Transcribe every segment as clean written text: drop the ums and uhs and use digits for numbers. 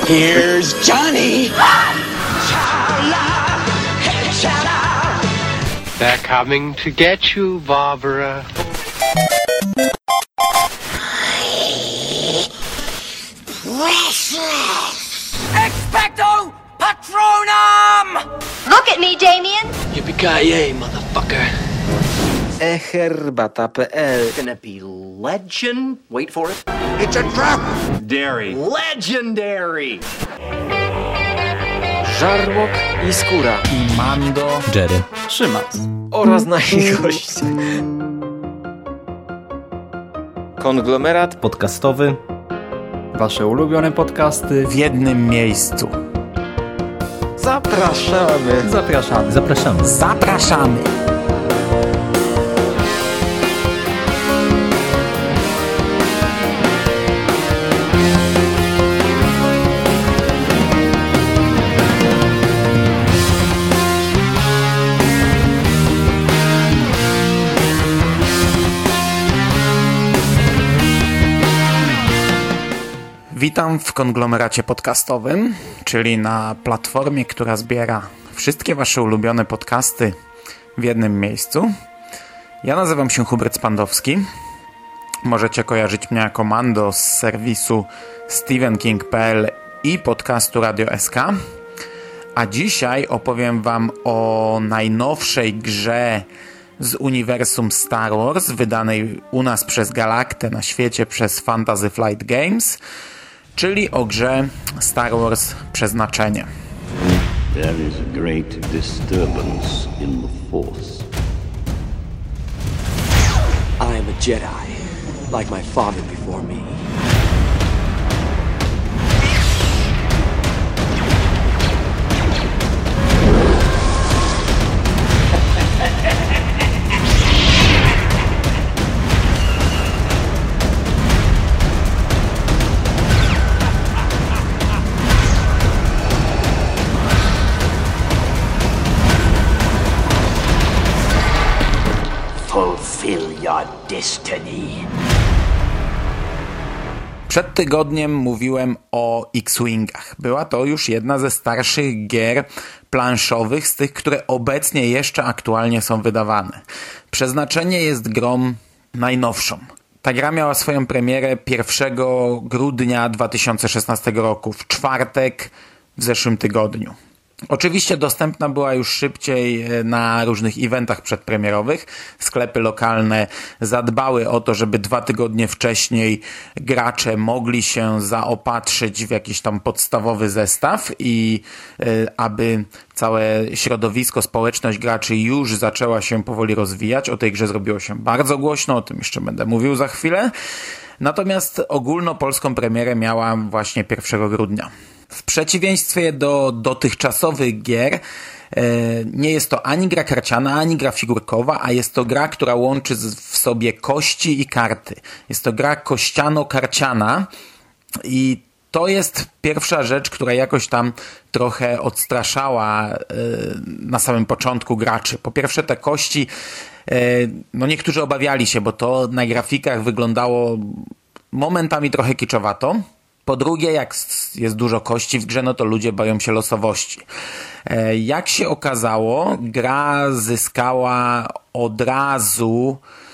Here's Johnny. They're coming to get you, Barbara. Expecto Patronum! Look at me, Damien! Yippee-ki-yay, motherfucker. Herbata.pl. Gonna be legend. Wait for it. It's a trap. Dairy. Legendary. Żarłok i Skóra. I Mando, Jerry, Szymas Oraz nasi goście. Konglomerat podcastowy. Wasze ulubione podcasty w jednym miejscu. Zapraszamy. Zapraszamy. Zapraszamy. Zapraszamy. Witam w konglomeracie podcastowym, czyli na platformie, która zbiera wszystkie wasze ulubione podcasty w jednym miejscu. Ja nazywam się Hubert Spandowski. Możecie kojarzyć mnie jako Mando z serwisu StephenKing.pl i podcastu Radio SK. A dzisiaj opowiem wam o najnowszej grze z uniwersum Star Wars, wydanej u nas przez Galaktę, na świecie przez Fantasy Flight Games, czyli o grze Star Wars Przeznaczenie. There is a great disturbance in the Force. I am a Jedi, like my father before me. Fulfill your destiny. Przed tygodniem mówiłem o X-Wingach. Była to już jedna ze starszych gier planszowych, z tych, które obecnie jeszcze aktualnie są wydawane. Przeznaczenie jest grą najnowszą. Ta gra miała swoją premierę 1 grudnia 2016 roku, w czwartek w zeszłym tygodniu. Oczywiście dostępna była już szybciej na różnych eventach przedpremierowych. Sklepy lokalne zadbały o to, żeby 2 tygodnie wcześniej gracze mogli się zaopatrzyć w jakiś tam podstawowy zestaw i aby całe środowisko, społeczność graczy już zaczęła się powoli rozwijać. O tej grze zrobiło się bardzo głośno, o tym jeszcze będę mówił za chwilę. Natomiast ogólnopolską premierę miała właśnie 1 grudnia. W przeciwieństwie do dotychczasowych gier nie jest to ani gra karciana, ani gra figurkowa, a jest to gra, która łączy w sobie kości i karty. Jest to gra kościano-karciana i to jest pierwsza rzecz, która jakoś tam trochę odstraszała na samym początku graczy. Po pierwsze, te kości, no niektórzy obawiali się, bo to na grafikach wyglądało momentami trochę kiczowato. Po drugie, jak jest dużo kości w grze, no to ludzie boją się losowości. Jak się okazało, gra zyskała od razu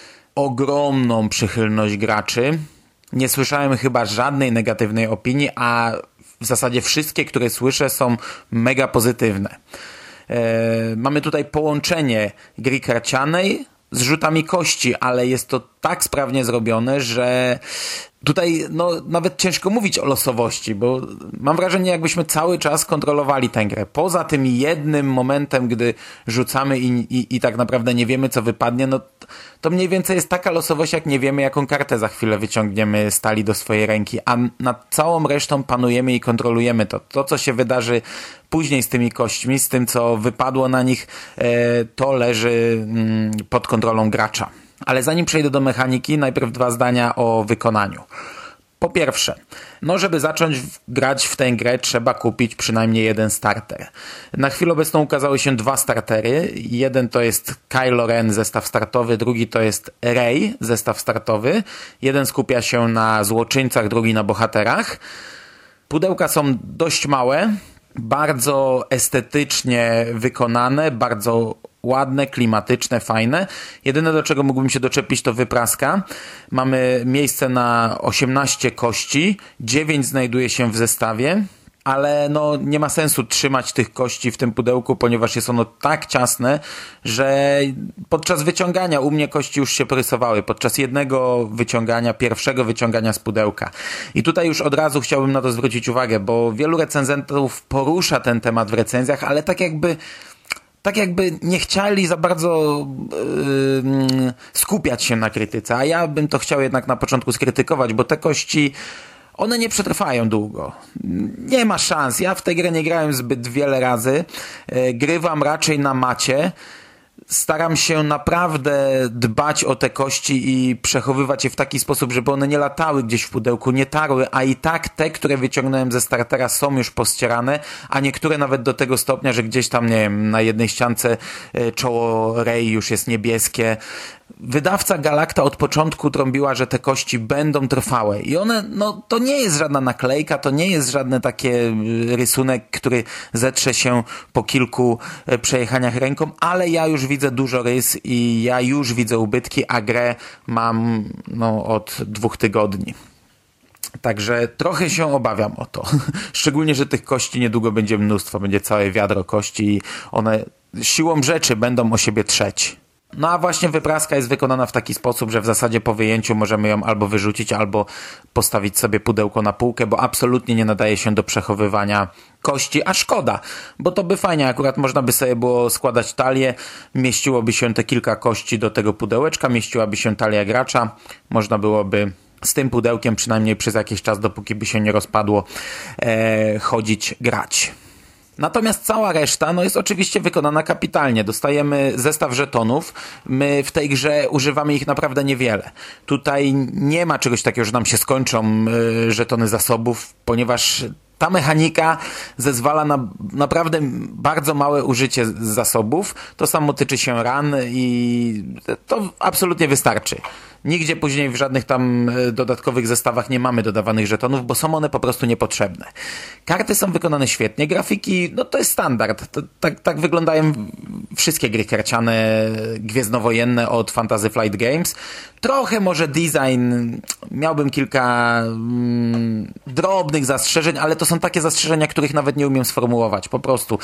ogromną przychylność graczy. Nie słyszałem chyba żadnej negatywnej opinii, a w zasadzie wszystkie, które słyszę, są mega pozytywne. Mamy tutaj połączenie gry karcianej z rzutami kości, ale jest to tak sprawnie zrobione, że tutaj no, nawet ciężko mówić o losowości, bo mam wrażenie, jakbyśmy cały czas kontrolowali tę grę. Poza tym jednym momentem, gdy rzucamy i tak naprawdę nie wiemy, co wypadnie, no to mniej więcej jest taka losowość, jak nie wiemy, jaką kartę za chwilę wyciągniemy z talii do swojej ręki, a nad całą resztą panujemy i kontrolujemy to. To, co się wydarzy później z tymi kośćmi, z tym, co wypadło na nich, to leży pod kontrolą gracza. Ale zanim przejdę do mechaniki, najpierw 2 zdania o wykonaniu. Po pierwsze, no żeby zacząć grać w tę grę, trzeba kupić przynajmniej 1 starter. Na chwilę obecną ukazały się 2 startery. Jeden to jest Kylo Ren, zestaw startowy, drugi to jest Rey, zestaw startowy. Jeden skupia się na złoczyńcach, drugi na bohaterach. Pudełka są dość małe, bardzo estetycznie wykonane, bardzo ładne, klimatyczne, fajne. Jedyne, do czego mógłbym się doczepić, to wypraska. Mamy miejsce na 18 kości, 9 znajduje się w zestawie, ale no nie ma sensu trzymać tych kości w tym pudełku, ponieważ jest ono tak ciasne, że podczas wyciągania u mnie kości już się porysowały, podczas pierwszego wyciągania z pudełka. I tutaj już od razu chciałbym na to zwrócić uwagę, bo wielu recenzentów porusza ten temat w recenzjach, ale tak jakby nie chcieli za bardzo skupiać się na krytyce, a ja bym to chciał jednak na początku skrytykować, bo te kości, one nie przetrwają długo. Nie ma szans. Ja w tę grę nie grałem zbyt wiele razy. Grywam raczej na macie. Staram się naprawdę dbać o te kości i przechowywać je w taki sposób, żeby one nie latały gdzieś w pudełku, nie tarły, a i tak te, które wyciągnąłem ze startera, są już pościerane, a niektóre nawet do tego stopnia, że gdzieś tam, nie wiem, na jednej ściance czoło Rey już jest niebieskie. Wydawca Galacta od początku trąbiła, że te kości będą trwałe i one, no to nie jest żadna naklejka, to nie jest żadny taki rysunek, który zetrze się po kilku przejechaniach ręką, ale ja już widzę dużo rys i ja już widzę ubytki, a grę mam od 2 tygodni. Także trochę się obawiam o to. Szczególnie, że tych kości niedługo będzie mnóstwo, będzie całe wiadro kości i one siłą rzeczy będą o siebie trzeć. No a właśnie wypraska jest wykonana w taki sposób, że w zasadzie po wyjęciu możemy ją albo wyrzucić, albo postawić sobie pudełko na półkę, bo absolutnie nie nadaje się do przechowywania kości, a szkoda, bo to by fajnie, akurat można by sobie było składać talię, mieściłoby się te kilka kości do tego pudełeczka, mieściłaby się talia gracza, można byłoby z tym pudełkiem przynajmniej przez jakiś czas, dopóki by się nie rozpadło, chodzić, grać. Natomiast cała reszta jest oczywiście wykonana kapitalnie. Dostajemy zestaw żetonów. My w tej grze używamy ich naprawdę niewiele. Tutaj nie ma czegoś takiego, że nam się skończą żetony zasobów, ponieważ ta mechanika zezwala na naprawdę bardzo małe użycie zasobów. To samo tyczy się ran i to absolutnie wystarczy. Nigdzie później w żadnych tam dodatkowych zestawach nie mamy dodawanych żetonów, bo są one po prostu niepotrzebne. Karty są wykonane świetnie, grafiki, to jest standard. Tak wyglądają wszystkie gry karciane gwiezdnowojenne od Fantasy Flight Games. Trochę może design, miałbym kilka drobnych zastrzeżeń, ale to są takie zastrzeżenia, których nawet nie umiem sformułować. Po prostu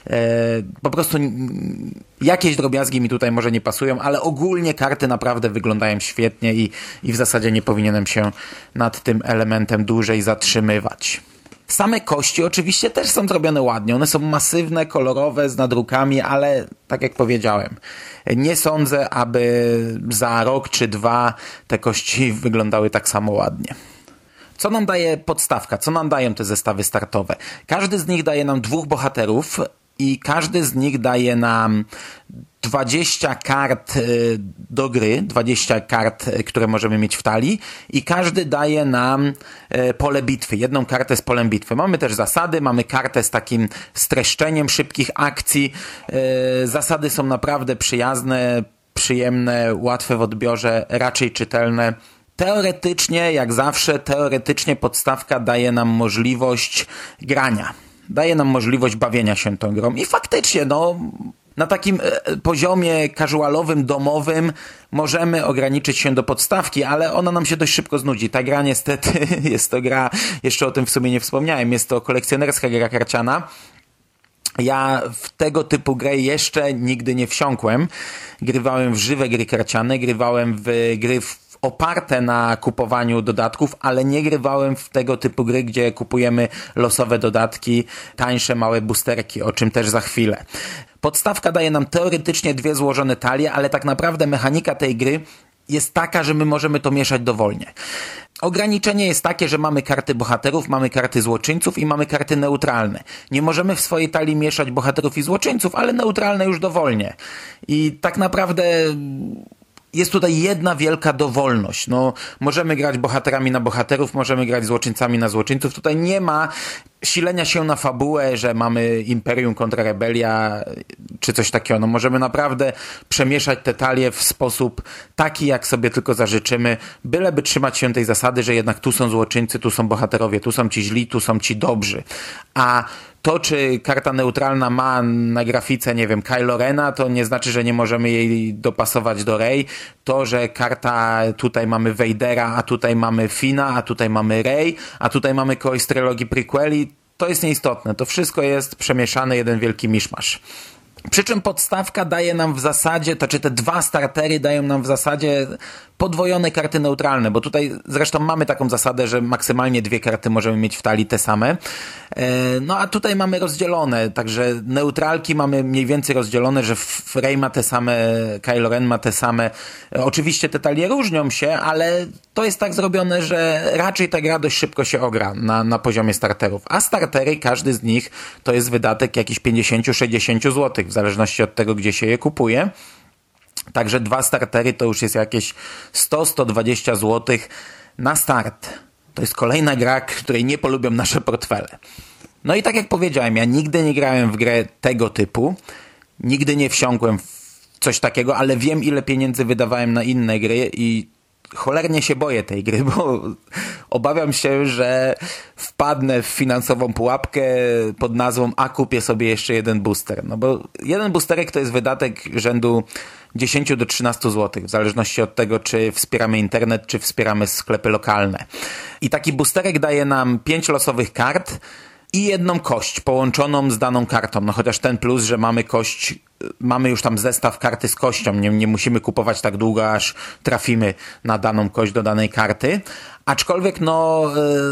jakieś drobiazgi mi tutaj może nie pasują, ale ogólnie karty naprawdę wyglądają świetnie i w zasadzie nie powinienem się nad tym elementem dłużej zatrzymywać. Same kości oczywiście też są zrobione ładnie. One są masywne, kolorowe, z nadrukami, ale tak jak powiedziałem, nie sądzę, aby za rok czy 2 te kości wyglądały tak samo ładnie. Co nam daje podstawka? Co nam dają te zestawy startowe? Każdy z nich daje nam 2 bohaterów i każdy z nich daje nam 20 kart do gry, 20 kart, które możemy mieć w talii i każdy daje nam pole bitwy, 1 kartę z polem bitwy. Mamy też zasady, mamy kartę z takim streszczeniem szybkich akcji. Zasady są naprawdę przyjazne, przyjemne, łatwe w odbiorze, raczej czytelne. Teoretycznie, jak zawsze, podstawka daje nam możliwość grania. Daje nam możliwość bawienia się tą grą i faktycznie, na takim poziomie casualowym, domowym możemy ograniczyć się do podstawki, ale ona nam się dość szybko znudzi. Ta gra niestety jest to gra, jeszcze o tym w sumie nie wspomniałem, jest to kolekcjonerska gra karciana. Ja w tego typu grę jeszcze nigdy nie wsiąkłem. Grywałem w żywe gry karciane, grywałem w gry oparte na kupowaniu dodatków, ale nie grywałem w tego typu gry, gdzie kupujemy losowe dodatki, tańsze małe boosterki, o czym też za chwilę. Podstawka daje nam teoretycznie 2 złożone talie, ale tak naprawdę mechanika tej gry jest taka, że my możemy to mieszać dowolnie. Ograniczenie jest takie, że mamy karty bohaterów, mamy karty złoczyńców i mamy karty neutralne. Nie możemy w swojej talii mieszać bohaterów i złoczyńców, ale neutralne już dowolnie. I tak naprawdę jest tutaj jedna wielka dowolność. Możemy grać bohaterami na bohaterów, możemy grać złoczyńcami na złoczyńców. Tutaj nie ma silenia się na fabułę, że mamy Imperium kontra Rebelia, czy coś takiego. No możemy naprawdę przemieszać te talie w sposób taki, jak sobie tylko zażyczymy, byleby trzymać się tej zasady, że jednak tu są złoczyńcy, tu są bohaterowie, tu są ci źli, tu są ci dobrzy. A to, czy karta neutralna ma na grafice, nie wiem, Kylo Rena, to nie znaczy, że nie możemy jej dopasować do Rey. To, że karta, tutaj mamy Vadera, a tutaj mamy Fina, a tutaj mamy Rey, a tutaj mamy kogoś z trylogii prequeli, to jest nieistotne. To wszystko jest przemieszane, jeden wielki miszmasz. Przy czym podstawka daje nam w zasadzie, to czy te dwa startery dają nam w zasadzie podwojone karty neutralne, bo tutaj zresztą mamy taką zasadę, że maksymalnie 2 karty możemy mieć w talii te same. No a tutaj mamy rozdzielone, także neutralki mamy mniej więcej rozdzielone, że Rey ma te same, Kylo Ren ma te same. Oczywiście te talie różnią się, ale to jest tak zrobione, że raczej ta gra dość szybko się ogra na poziomie starterów. A startery, każdy z nich to jest wydatek jakiś 50-60 zł, w zależności od tego, gdzie się je kupuje. Także 2 startery to już jest jakieś 100-120 zł na start. To jest kolejna gra, której nie polubią nasze portfele. No i tak jak powiedziałem, ja nigdy nie grałem w grę tego typu. Nigdy nie wsiąkłem w coś takiego, ale wiem, ile pieniędzy wydawałem na inne gry i cholernie się boję tej gry, bo obawiam się, że wpadnę w finansową pułapkę pod nazwą a kupię sobie jeszcze jeden booster. No bo jeden boosterek to jest wydatek rzędu 10 do 13 zł, w zależności od tego, czy wspieramy internet, czy wspieramy sklepy lokalne. I taki boosterek daje nam 5 losowych kart i jedną kość połączoną z daną kartą. No chociaż ten plus, że mamy kość, mamy już tam zestaw karty z kością. Nie musimy kupować tak długo, aż trafimy na daną kość do danej karty. Aczkolwiek no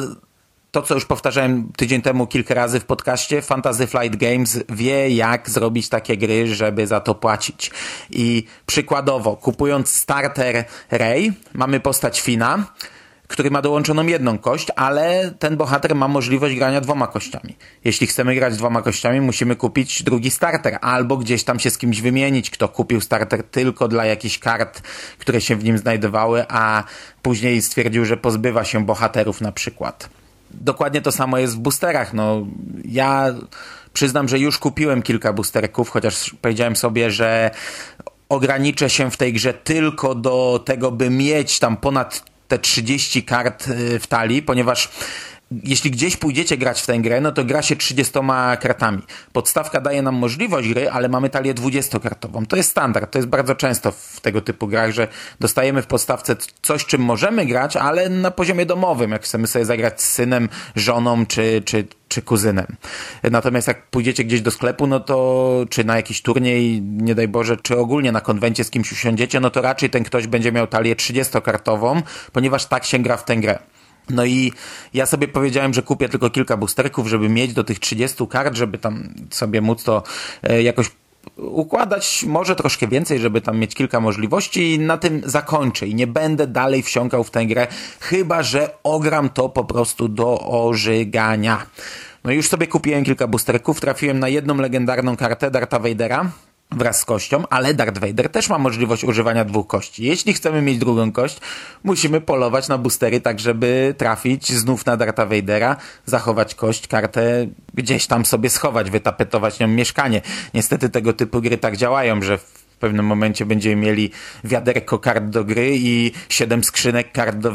to, co już powtarzałem tydzień temu kilka razy w podcaście, Fantasy Flight Games wie, jak zrobić takie gry, żeby za to płacić. I przykładowo, kupując starter Rey, mamy postać Fina, który ma dołączoną jedną kość, ale ten bohater ma możliwość grania 2 kościami. Jeśli chcemy grać 2 kościami, musimy kupić drugi starter, albo gdzieś tam się z kimś wymienić, kto kupił starter tylko dla jakichś kart, które się w nim znajdowały, a później stwierdził, że pozbywa się bohaterów na przykład. Dokładnie to samo jest w boosterach. No, ja przyznam, że już kupiłem kilka boosterków, chociaż powiedziałem sobie, że ograniczę się w tej grze tylko do tego, by mieć tam ponad te 30 kart w talii, ponieważ jeśli gdzieś pójdziecie grać w tę grę, no to gra się 30 kartami. Podstawka daje nam możliwość gry, ale mamy talię 20-kartową. To jest standard, to jest bardzo często w tego typu grach, że dostajemy w podstawce coś, czym możemy grać, ale na poziomie domowym, jak chcemy sobie zagrać z synem, żoną czy kuzynem. Natomiast jak pójdziecie gdzieś do sklepu, no to czy na jakiś turniej, nie daj Boże, czy ogólnie na konwencie z kimś usiądziecie, no to raczej ten ktoś będzie miał talię 30-kartową, ponieważ tak się gra w tę grę. No i ja sobie powiedziałem, że kupię tylko kilka boosterków, żeby mieć do tych 30 kart, żeby tam sobie móc to jakoś układać, może troszkę więcej, żeby tam mieć kilka możliwości i na tym zakończę i nie będę dalej wsiąkał w tę grę, chyba że ogram to po prostu do ożygania. No i już sobie kupiłem kilka boosterków, trafiłem na jedną legendarną kartę Dartha Vadera wraz z kością, ale Darth Vader też ma możliwość używania 2 kości. Jeśli chcemy mieć drugą kość, musimy polować na boostery tak, żeby trafić znów na Dartha Vadera, zachować kość, kartę, gdzieś tam sobie schować, wytapetować nią mieszkanie. Niestety tego typu gry tak działają, że w pewnym momencie będziemy mieli wiaderko kart do gry i 7 skrzynek kart do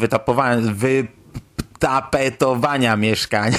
wytapetowania mieszkania.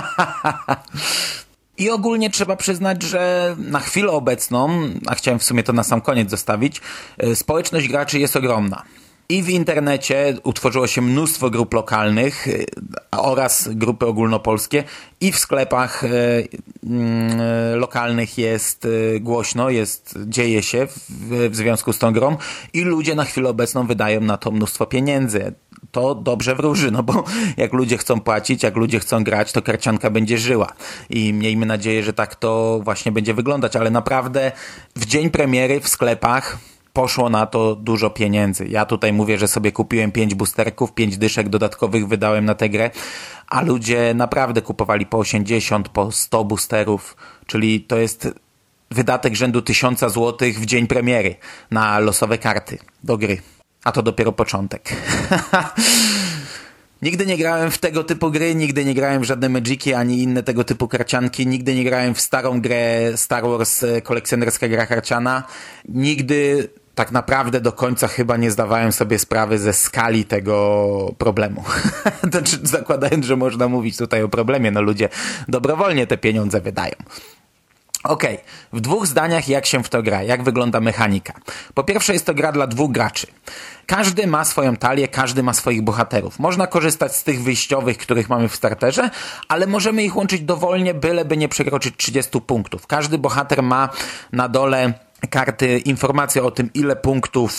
I ogólnie trzeba przyznać, że na chwilę obecną, a chciałem w sumie to na sam koniec zostawić, społeczność graczy jest ogromna. I w internecie utworzyło się mnóstwo grup lokalnych oraz grupy ogólnopolskie i w sklepach lokalnych jest głośno, dzieje się w związku z tą grą i ludzie na chwilę obecną wydają na to mnóstwo pieniędzy. To dobrze wróży, no bo jak ludzie chcą płacić, jak ludzie chcą grać, to karcianka będzie żyła. I miejmy nadzieję, że tak to właśnie będzie wyglądać, ale naprawdę w dzień premiery w sklepach poszło na to dużo pieniędzy. Ja tutaj mówię, że sobie kupiłem 5 boosterków, 5 dyszek dodatkowych wydałem na tę grę, a ludzie naprawdę kupowali po 80, po 100 boosterów, czyli to jest wydatek rzędu 1000 zł w dzień premiery na losowe karty do gry. A to dopiero początek. Nigdy nie grałem w tego typu gry, nigdy nie grałem w żadne Magiki, ani inne tego typu karcianki, nigdy nie grałem w starą grę Star Wars, kolekcjonerska gra karciana, nigdy tak naprawdę do końca chyba nie zdawałem sobie sprawy ze skali tego problemu. Znaczy, zakładając, że można mówić tutaj o problemie, no ludzie dobrowolnie te pieniądze wydają. Okej, w 2 zdaniach jak się w to gra, jak wygląda mechanika. Po pierwsze jest to gra dla 2 graczy. Każdy ma swoją talię, każdy ma swoich bohaterów. Można korzystać z tych wyjściowych, których mamy w starterze, ale możemy ich łączyć dowolnie, byleby nie przekroczyć 30 punktów. Każdy bohater ma na dole karty informacje o tym, ile punktów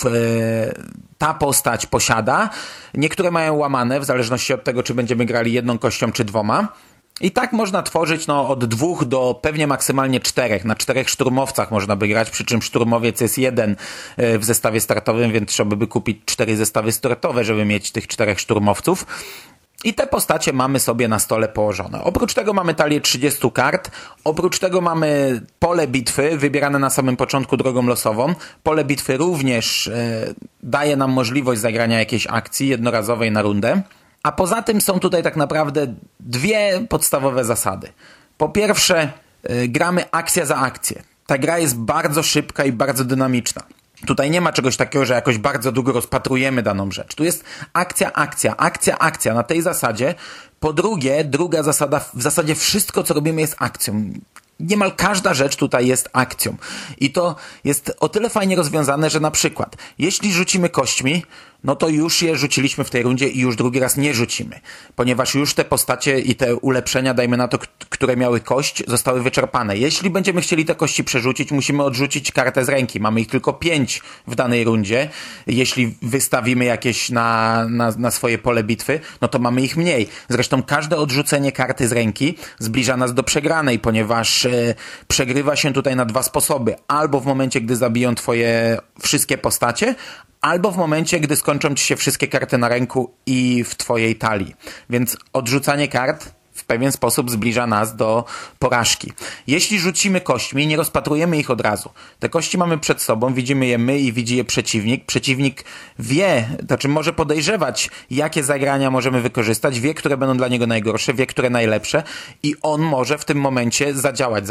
ta postać posiada. Niektóre mają łamane, w zależności od tego, czy będziemy grali 1 kością, czy 2. I tak można tworzyć od 2 do pewnie maksymalnie 4. Na 4 szturmowcach można by grać, przy czym szturmowiec jest 1 w zestawie startowym, więc trzeba by kupić 4 zestawy startowe, żeby mieć tych 4 szturmowców. I te postacie mamy sobie na stole położone. Oprócz tego mamy talię 30 kart, oprócz tego mamy pole bitwy wybierane na samym początku drogą losową. Pole bitwy również daje nam możliwość zagrania jakiejś akcji jednorazowej na rundę. A poza tym są tutaj tak naprawdę 2 podstawowe zasady. Po pierwsze, gramy akcja za akcję. Ta gra jest bardzo szybka i bardzo dynamiczna. Tutaj nie ma czegoś takiego, że jakoś bardzo długo rozpatrujemy daną rzecz. Tu jest akcja, akcja, akcja, akcja. Na tej zasadzie. Po drugie, druga zasada, w zasadzie wszystko, co robimy, jest akcją. Niemal każda rzecz tutaj jest akcją. I to jest o tyle fajnie rozwiązane, że na przykład, jeśli rzucimy kośćmi, no to już je rzuciliśmy w tej rundzie i już drugi raz nie rzucimy. Ponieważ już te postacie i te ulepszenia, dajmy na to, które miały kość, zostały wyczerpane. Jeśli będziemy chcieli te kości przerzucić, musimy odrzucić kartę z ręki. Mamy ich tylko 5 w danej rundzie. Jeśli wystawimy jakieś na swoje pole bitwy, no to mamy ich mniej. Zresztą każde odrzucenie karty z ręki zbliża nas do przegranej, ponieważ przegrywa się tutaj na 2 sposoby. Albo w momencie, gdy zabiją twoje wszystkie postacie, albo w momencie, gdy skończą ci się wszystkie karty na ręku i w twojej talii. Więc odrzucanie kart w pewien sposób zbliża nas do porażki. Jeśli rzucimy kośćmi, nie rozpatrujemy ich od razu. Te kości mamy przed sobą, widzimy je my i widzi je przeciwnik. Przeciwnik wie, znaczy może podejrzewać, jakie zagrania możemy wykorzystać, wie, które będą dla niego najgorsze, wie, które najlepsze i on może w tym momencie zadziałać.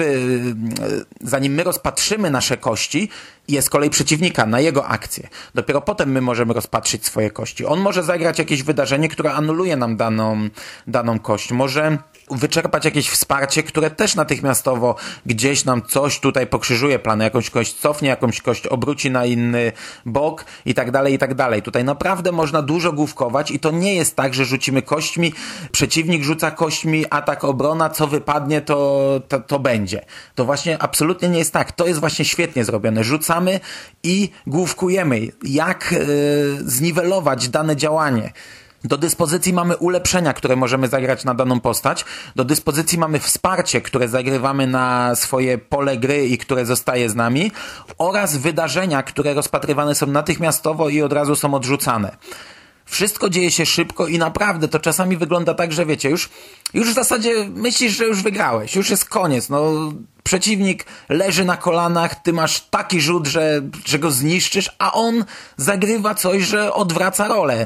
Zanim my rozpatrzymy nasze kości, jest kolej przeciwnika na jego akcję. Dopiero potem my możemy rozpatrzyć swoje kości. On może zagrać jakieś wydarzenie, które anuluje nam daną kość. Może wyczerpać jakieś wsparcie, które też natychmiastowo gdzieś nam coś tutaj pokrzyżuje plany. Jakąś kość cofnie, jakąś kość obróci na inny bok i tak dalej, i tak dalej. Tutaj naprawdę można dużo główkować i to nie jest tak, że rzucimy kośćmi, przeciwnik rzuca kośćmi, atak, obrona, co wypadnie, to będzie. To właśnie absolutnie nie jest tak. To jest właśnie świetnie zrobione. Rzucamy i główkujemy. Jak zniwelować dane działanie. Do dyspozycji mamy ulepszenia, które możemy zagrać na daną postać. Do dyspozycji mamy wsparcie, które zagrywamy na swoje pole gry i które zostaje z nami. Oraz wydarzenia, które rozpatrywane są natychmiastowo i od razu są odrzucane. Wszystko dzieje się szybko i naprawdę to czasami wygląda tak, że wiecie, już w zasadzie myślisz, że już wygrałeś, już jest koniec, przeciwnik leży na kolanach, ty masz taki rzut, że go zniszczysz, a on zagrywa coś, że odwraca rolę.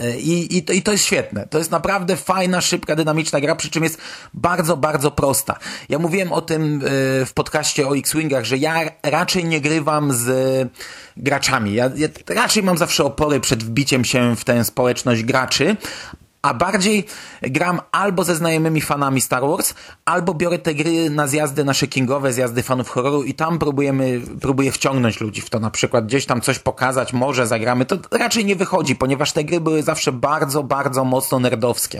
I to jest świetne. To jest naprawdę fajna, szybka, dynamiczna gra, przy czym jest bardzo, bardzo prosta. Ja mówiłem o tym w podcaście o X-Wingach, że ja raczej nie grywam z graczami. Ja raczej mam zawsze opory przed wbiciem się w tę społeczność graczy, a bardziej gram albo ze znajomymi fanami Star Wars, albo biorę te gry na zjazdy nasze kingowe, zjazdy fanów horroru i tam próbuję wciągnąć ludzi w to, na przykład gdzieś tam coś pokazać, może zagramy. To raczej nie wychodzi, ponieważ te gry były zawsze bardzo, bardzo mocno nerdowskie.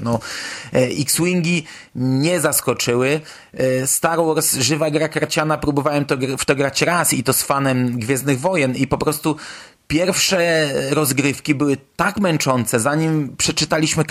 X-Wingi nie zaskoczyły. Star Wars, żywa gra karciana, próbowałem w to grać raz i to z fanem Gwiezdnych Wojen i po prostu pierwsze rozgrywki były tak męczące, zanim przeczytaliśmy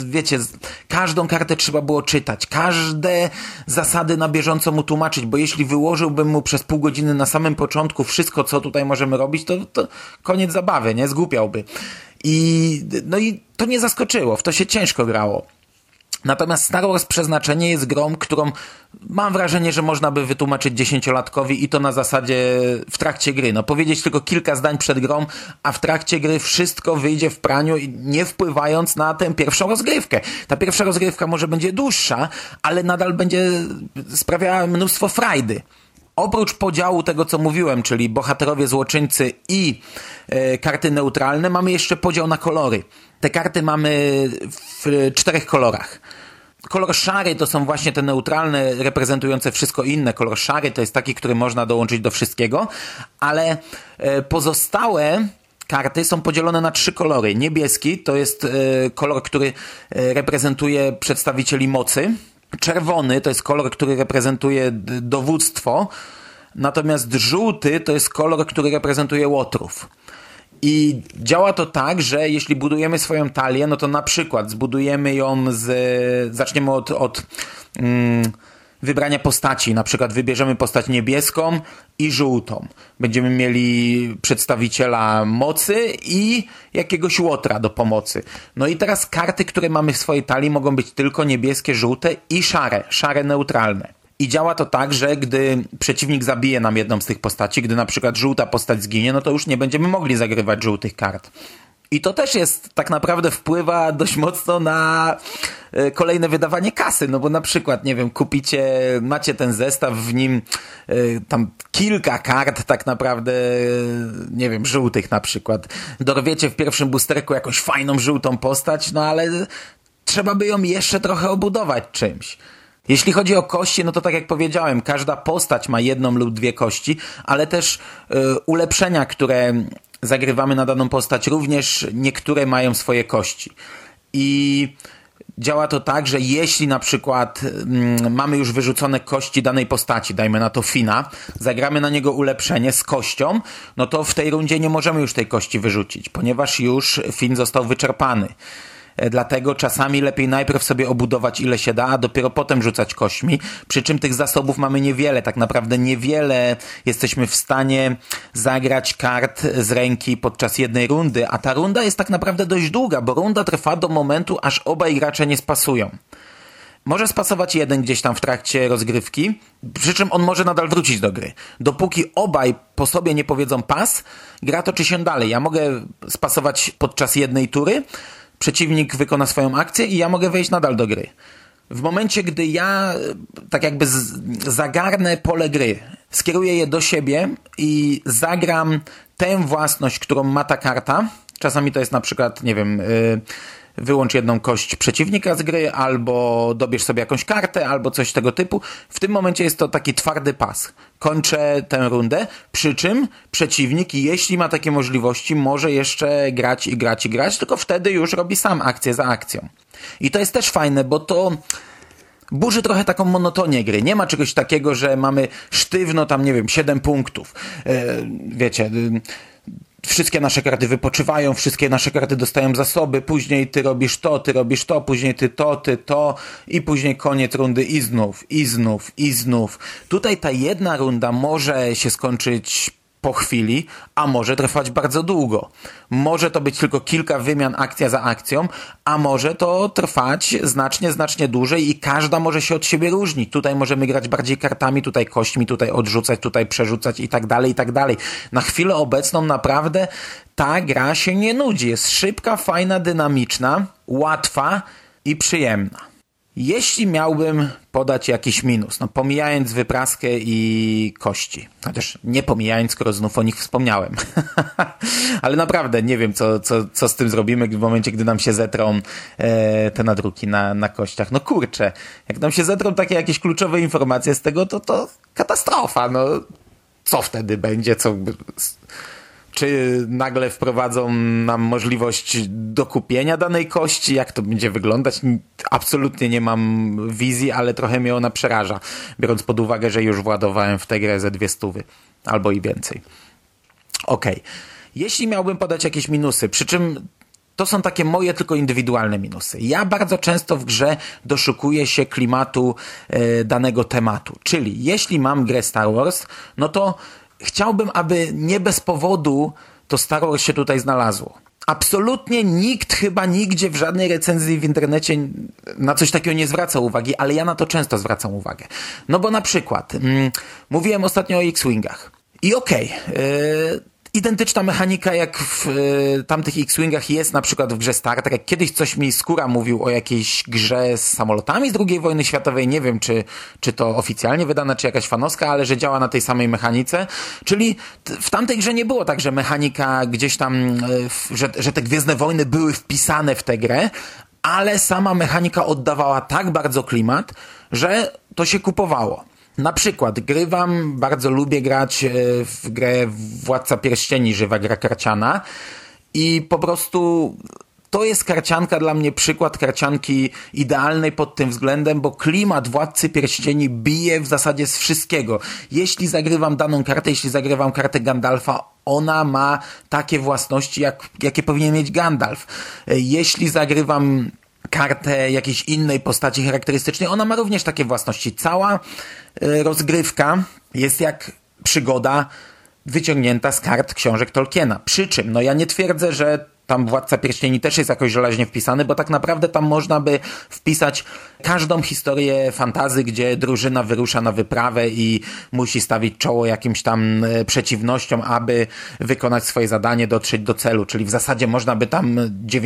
każdą kartę trzeba było czytać, każde zasady na bieżąco mu tłumaczyć, bo jeśli wyłożyłbym mu przez pół godziny na samym początku wszystko, co tutaj możemy robić, to koniec zabawy, nie? Zgłupiałby. I to nie zaskoczyło, w to się ciężko grało. Natomiast Star Wars Przeznaczenie jest grą, którą mam wrażenie, że można by wytłumaczyć 10-latkowi i to na zasadzie w trakcie gry. No powiedzieć tylko kilka zdań przed grą, a w trakcie gry wszystko wyjdzie w praniu, nie wpływając na tę pierwszą rozgrywkę. Ta pierwsza rozgrywka może będzie dłuższa, ale nadal będzie sprawiała mnóstwo frajdy. Oprócz podziału tego, co mówiłem, czyli bohaterowie, złoczyńcy i karty neutralne, mamy jeszcze podział na kolory. Te karty mamy w 4 kolorach. Kolor szary to są właśnie te neutralne, reprezentujące wszystko inne. Kolor szary to jest taki, który można dołączyć do wszystkiego, ale pozostałe karty są podzielone na 3 kolory. Niebieski to jest kolor, który reprezentuje przedstawicieli mocy. Czerwony to jest kolor, który reprezentuje dowództwo, natomiast żółty to jest kolor, który reprezentuje łotrów. I działa to tak, że jeśli budujemy swoją talię, no to na przykład zbudujemy ją zaczniemy od wybrania postaci. Na przykład wybierzemy postać niebieską i żółtą. Będziemy mieli przedstawiciela mocy i jakiegoś łotra do pomocy. No i teraz karty, które mamy w swojej talii, mogą być tylko niebieskie, żółte i szare neutralne. I działa to tak, że gdy przeciwnik zabije nam jedną z tych postaci, gdy na przykład żółta postać zginie, no to już nie będziemy mogli zagrywać żółtych kart. I to też jest, tak naprawdę wpływa dość mocno na kolejne wydawanie kasy, no bo na przykład, nie wiem, macie ten zestaw, w nim tam kilka kart tak naprawdę, nie wiem, żółtych na przykład. Dorwiecie w pierwszym boosterku jakąś fajną żółtą postać, no ale trzeba by ją jeszcze trochę obudować czymś. Jeśli chodzi o kości, no to tak jak powiedziałem, każda postać ma 1 lub 2 kości, ale też ulepszenia, które zagrywamy na daną postać, również niektóre mają swoje kości. I działa to tak, że jeśli na przykład mamy już wyrzucone kości danej postaci, dajmy na to Fina, zagramy na niego ulepszenie z kością, no to w tej rundzie nie możemy już tej kości wyrzucić, ponieważ już Fin został wyczerpany. Dlatego czasami lepiej najpierw sobie obudować ile się da, a dopiero potem rzucać kośćmi, przy czym tych zasobów mamy niewiele, tak naprawdę niewiele jesteśmy w stanie zagrać kart z ręki podczas jednej rundy, a ta runda jest tak naprawdę dość długa, bo runda trwa do momentu, aż obaj gracze nie spasują. Może spasować jeden gdzieś tam w trakcie rozgrywki, przy czym on może nadal wrócić do gry. Dopóki obaj po sobie nie powiedzą pas, gra toczy się dalej. Ja mogę spasować podczas jednej tury, przeciwnik wykona swoją akcję i ja mogę wejść nadal do gry. W momencie, gdy ja tak jakby zagarnę pole gry, skieruję je do siebie i zagram tę własność, którą ma ta karta, czasami to jest na przykład, nie wiem, wyłącz jedną kość przeciwnika z gry, albo dobierz sobie jakąś kartę, albo coś tego typu. W tym momencie jest to taki twardy pas. Kończę tę rundę, przy czym przeciwnik, jeśli ma takie możliwości, może jeszcze grać, tylko wtedy już robi sam akcję za akcją. I to jest też fajne, bo to burzy trochę taką monotonię gry. Nie ma czegoś takiego, że mamy sztywno tam, nie wiem, 7 punktów. Wiecie, wszystkie nasze karty wypoczywają, wszystkie nasze karty dostają zasoby, później ty robisz to, później ty to i później koniec rundy i znów. Tutaj ta jedna runda może się skończyć po chwili, a może trwać bardzo długo. Może to być tylko kilka wymian akcja za akcją, a może to trwać znacznie dłużej i każda może się od siebie różnić. Tutaj możemy grać bardziej kartami, tutaj kośćmi, tutaj odrzucać, tutaj przerzucać i tak dalej. Na chwilę obecną naprawdę ta gra się nie nudzi. Jest szybka, fajna, dynamiczna, łatwa i przyjemna. Jeśli miałbym podać jakiś minus, no pomijając wypraskę i kości, chociaż nie pomijając, skoro znów o nich wspomniałem, ale naprawdę nie wiem, co z tym zrobimy w momencie, gdy nam się zetrą te nadruki na kościach. No kurczę, jak nam się zetrą takie jakieś kluczowe informacje z tego, to katastrofa, no co wtedy będzie, czy nagle wprowadzą nam możliwość dokupienia danej kości? Jak to będzie wyglądać? Absolutnie nie mam wizji, ale trochę mnie ona przeraża, biorąc pod uwagę, że już władowałem w tę grę ze 200 albo i więcej. Okej. Jeśli miałbym podać jakieś minusy, przy czym to są takie moje tylko indywidualne minusy. Ja bardzo często w grze doszukuję się klimatu danego tematu. Czyli jeśli mam grę Star Wars, no to chciałbym, aby nie bez powodu to Star Wars się tutaj znalazło. Absolutnie nikt chyba nigdzie w żadnej recenzji w internecie na coś takiego nie zwraca uwagi, ale ja na to często zwracam uwagę. No bo na przykład, mówiłem ostatnio o X-Wingach i identyczna mechanika jak w tamtych X-Wingach jest na przykład w grze Star Trek. Kiedyś coś mi Skóra mówił o jakiejś grze z samolotami z II wojny światowej. Nie wiem, czy to oficjalnie wydana, czy jakaś fanowska, ale że działa na tej samej mechanice. Czyli w tamtej grze nie było tak, że mechanika gdzieś tam, że te Gwiezdne Wojny były wpisane w tę grę, ale sama mechanika oddawała tak bardzo klimat, że to się kupowało. Na przykład bardzo lubię grać w grę Władca Pierścieni, żywa gra karciana i po prostu to jest karcianka dla mnie, przykład karcianki idealnej pod tym względem, bo klimat Władcy Pierścieni bije w zasadzie z wszystkiego. Jeśli zagrywam daną kartę, jeśli zagrywam kartę Gandalfa, ona ma takie własności, jakie powinien mieć Gandalf. Jeśli zagrywam kartę jakiejś innej postaci charakterystycznej, ona ma również takie własności. Cała rozgrywka jest jak przygoda wyciągnięta z kart książek Tolkiena. Przy czym, no ja nie twierdzę, że tam Władca Pierścieni też jest jakoś żelaźnie wpisany, bo tak naprawdę tam można by wpisać każdą historię fantasy, gdzie drużyna wyrusza na wyprawę i musi stawić czoło jakimś tam przeciwnościom, aby wykonać swoje zadanie, dotrzeć do celu. Czyli w zasadzie można by tam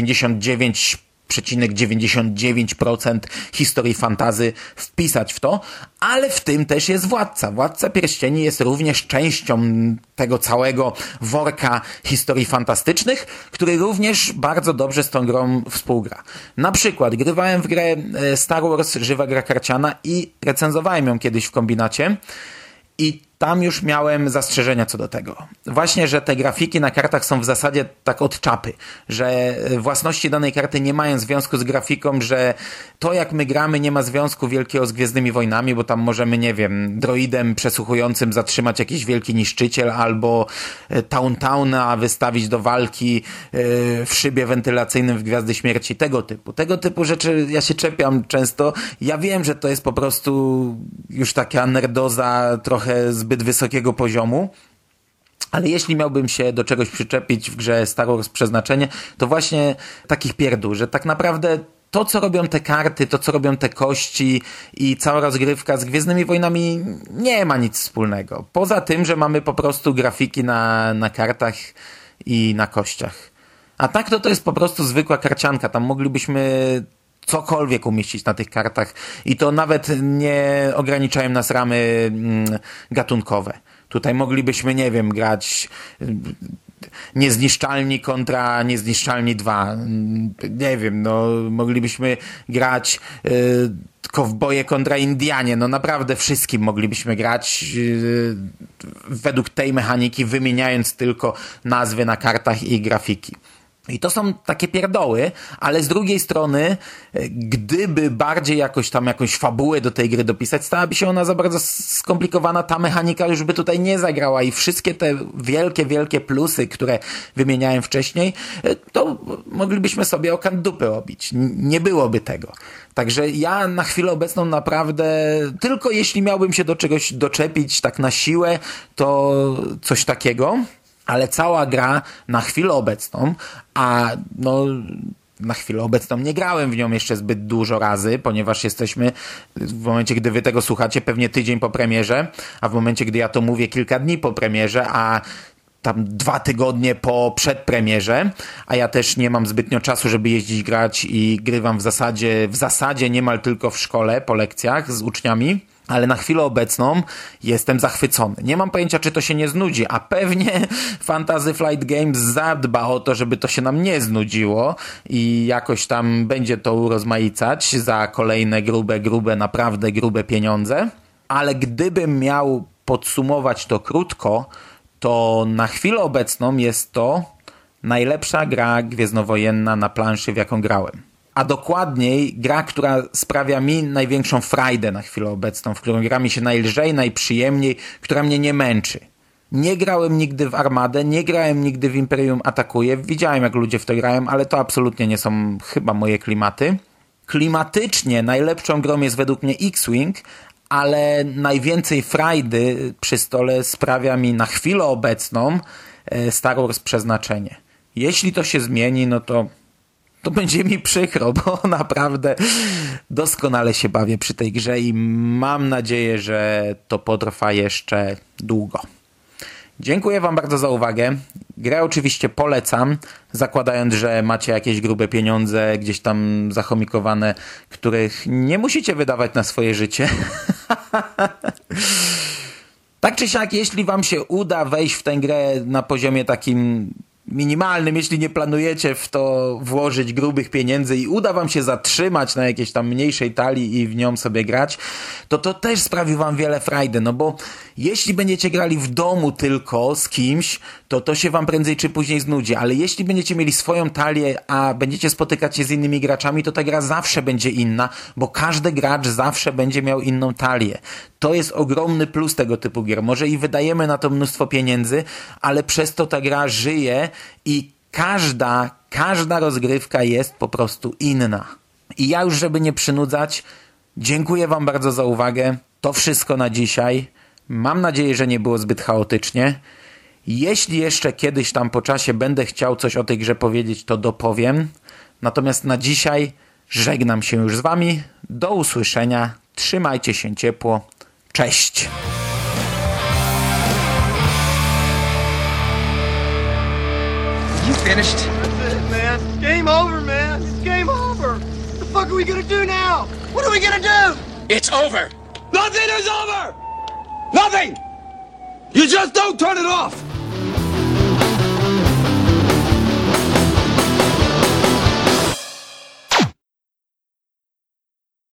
99,99% historii fantasy wpisać w to, ale w tym też jest Władca. Władca Pierścieni jest również częścią tego całego worka historii fantastycznych, który również bardzo dobrze z tą grą współgra. Na przykład grywałem w grę Star Wars Żywa gra karciana i recenzowałem ją kiedyś w kombinacie i tam już miałem zastrzeżenia co do tego. Właśnie, że te grafiki na kartach są w zasadzie tak od czapy, że własności danej karty nie mają związku z grafiką, że to jak my gramy nie ma związku wielkiego z Gwiezdnymi Wojnami, bo tam możemy, nie wiem, droidem przesłuchującym zatrzymać jakiś wielki niszczyciel albo Towna wystawić do walki w szybie wentylacyjnym w Gwiazdy Śmierci. Tego typu rzeczy ja się czepiam często. Ja wiem, że to jest po prostu już taka nerdoza trochę zbyt wysokiego poziomu, ale jeśli miałbym się do czegoś przyczepić w grze Star Wars Przeznaczenie, to właśnie takich pierdół, że tak naprawdę to, co robią te karty, to, co robią te kości i cała rozgrywka z Gwiezdnymi Wojnami nie ma nic wspólnego. Poza tym, że mamy po prostu grafiki na kartach i na kościach. A tak to jest po prostu zwykła karcianka. Tam moglibyśmy cokolwiek umieścić na tych kartach i to nawet nie ograniczają nas ramy gatunkowe. Tutaj moglibyśmy, nie wiem, grać Niezniszczalni kontra Niezniszczalni 2. Nie wiem, no moglibyśmy grać Kowboje kontra Indianie. No naprawdę wszystkim moglibyśmy grać według tej mechaniki, wymieniając tylko nazwy na kartach i grafiki. I to są takie pierdoły, ale z drugiej strony, gdyby bardziej jakąś fabułę do tej gry dopisać, stałaby się ona za bardzo skomplikowana, ta mechanika już by tutaj nie zagrała i wszystkie te wielkie plusy, które wymieniałem wcześniej, to moglibyśmy sobie o kant dupy robić. Nie byłoby tego. Także ja na chwilę obecną naprawdę, tylko jeśli miałbym się do czegoś doczepić tak na siłę, to coś takiego. Ale cała gra na chwilę obecną, a no na chwilę obecną nie grałem w nią jeszcze zbyt dużo razy, ponieważ jesteśmy w momencie, gdy wy tego słuchacie, pewnie tydzień po premierze, a w momencie, gdy ja to mówię, kilka dni po premierze, a tam 2 tygodnie po przedpremierze, a ja też nie mam zbytnio czasu, żeby jeździć grać i grywam w zasadzie niemal tylko w szkole, po lekcjach z uczniami. Ale na chwilę obecną jestem zachwycony. Nie mam pojęcia, czy to się nie znudzi, a pewnie Fantasy Flight Games zadba o to, żeby to się nam nie znudziło i jakoś tam będzie to urozmaicać za kolejne naprawdę grube pieniądze. Ale gdybym miał podsumować to krótko, to na chwilę obecną jest to najlepsza gra gwiezdnowojenna na planszy, w jaką grałem. A dokładniej gra, która sprawia mi największą frajdę na chwilę obecną, w którą gra mi się najlżej, najprzyjemniej, która mnie nie męczy. Nie grałem nigdy w Armadę, nie grałem nigdy w Imperium Atakuje, widziałem jak ludzie w to grają, ale to absolutnie nie są chyba moje klimaty. Klimatycznie najlepszą grą jest według mnie X-Wing, ale najwięcej frajdy przy stole sprawia mi na chwilę obecną Star Wars Przeznaczenie. Jeśli to się zmieni, no to będzie mi przykro, bo naprawdę doskonale się bawię przy tej grze i mam nadzieję, że to potrwa jeszcze długo. Dziękuję wam bardzo za uwagę. Grę oczywiście polecam, zakładając, że macie jakieś grube pieniądze gdzieś tam zachomikowane, których nie musicie wydawać na swoje życie. Tak czy siak, jeśli wam się uda wejść w tę grę na poziomie takim minimalnym, jeśli nie planujecie w to włożyć grubych pieniędzy i uda wam się zatrzymać na jakiejś tam mniejszej talii i w nią sobie grać, to też sprawi wam wiele frajdy, no bo jeśli będziecie grali w domu tylko z kimś, to się wam prędzej czy później znudzi, ale jeśli będziecie mieli swoją talię, a będziecie spotykać się z innymi graczami, to ta gra zawsze będzie inna, bo każdy gracz zawsze będzie miał inną talię. To jest ogromny plus tego typu gier. Może i wydajemy na to mnóstwo pieniędzy, ale przez to ta gra żyje i każda rozgrywka jest po prostu inna. I ja już, żeby nie przynudzać, dziękuję wam bardzo za uwagę. To wszystko na dzisiaj. Mam nadzieję, że nie było zbyt chaotycznie. Jeśli jeszcze kiedyś tam po czasie będę chciał coś o tej grze powiedzieć, to dopowiem. Natomiast na dzisiaj żegnam się już z wami. Do usłyszenia. Trzymajcie się ciepło. Cześć! You finished? That's it, man. Game over, man. It's game over. What the fuck are we gonna do now? What are we gonna do? It's over. Nothing is over. Nothing. You just don't turn it off.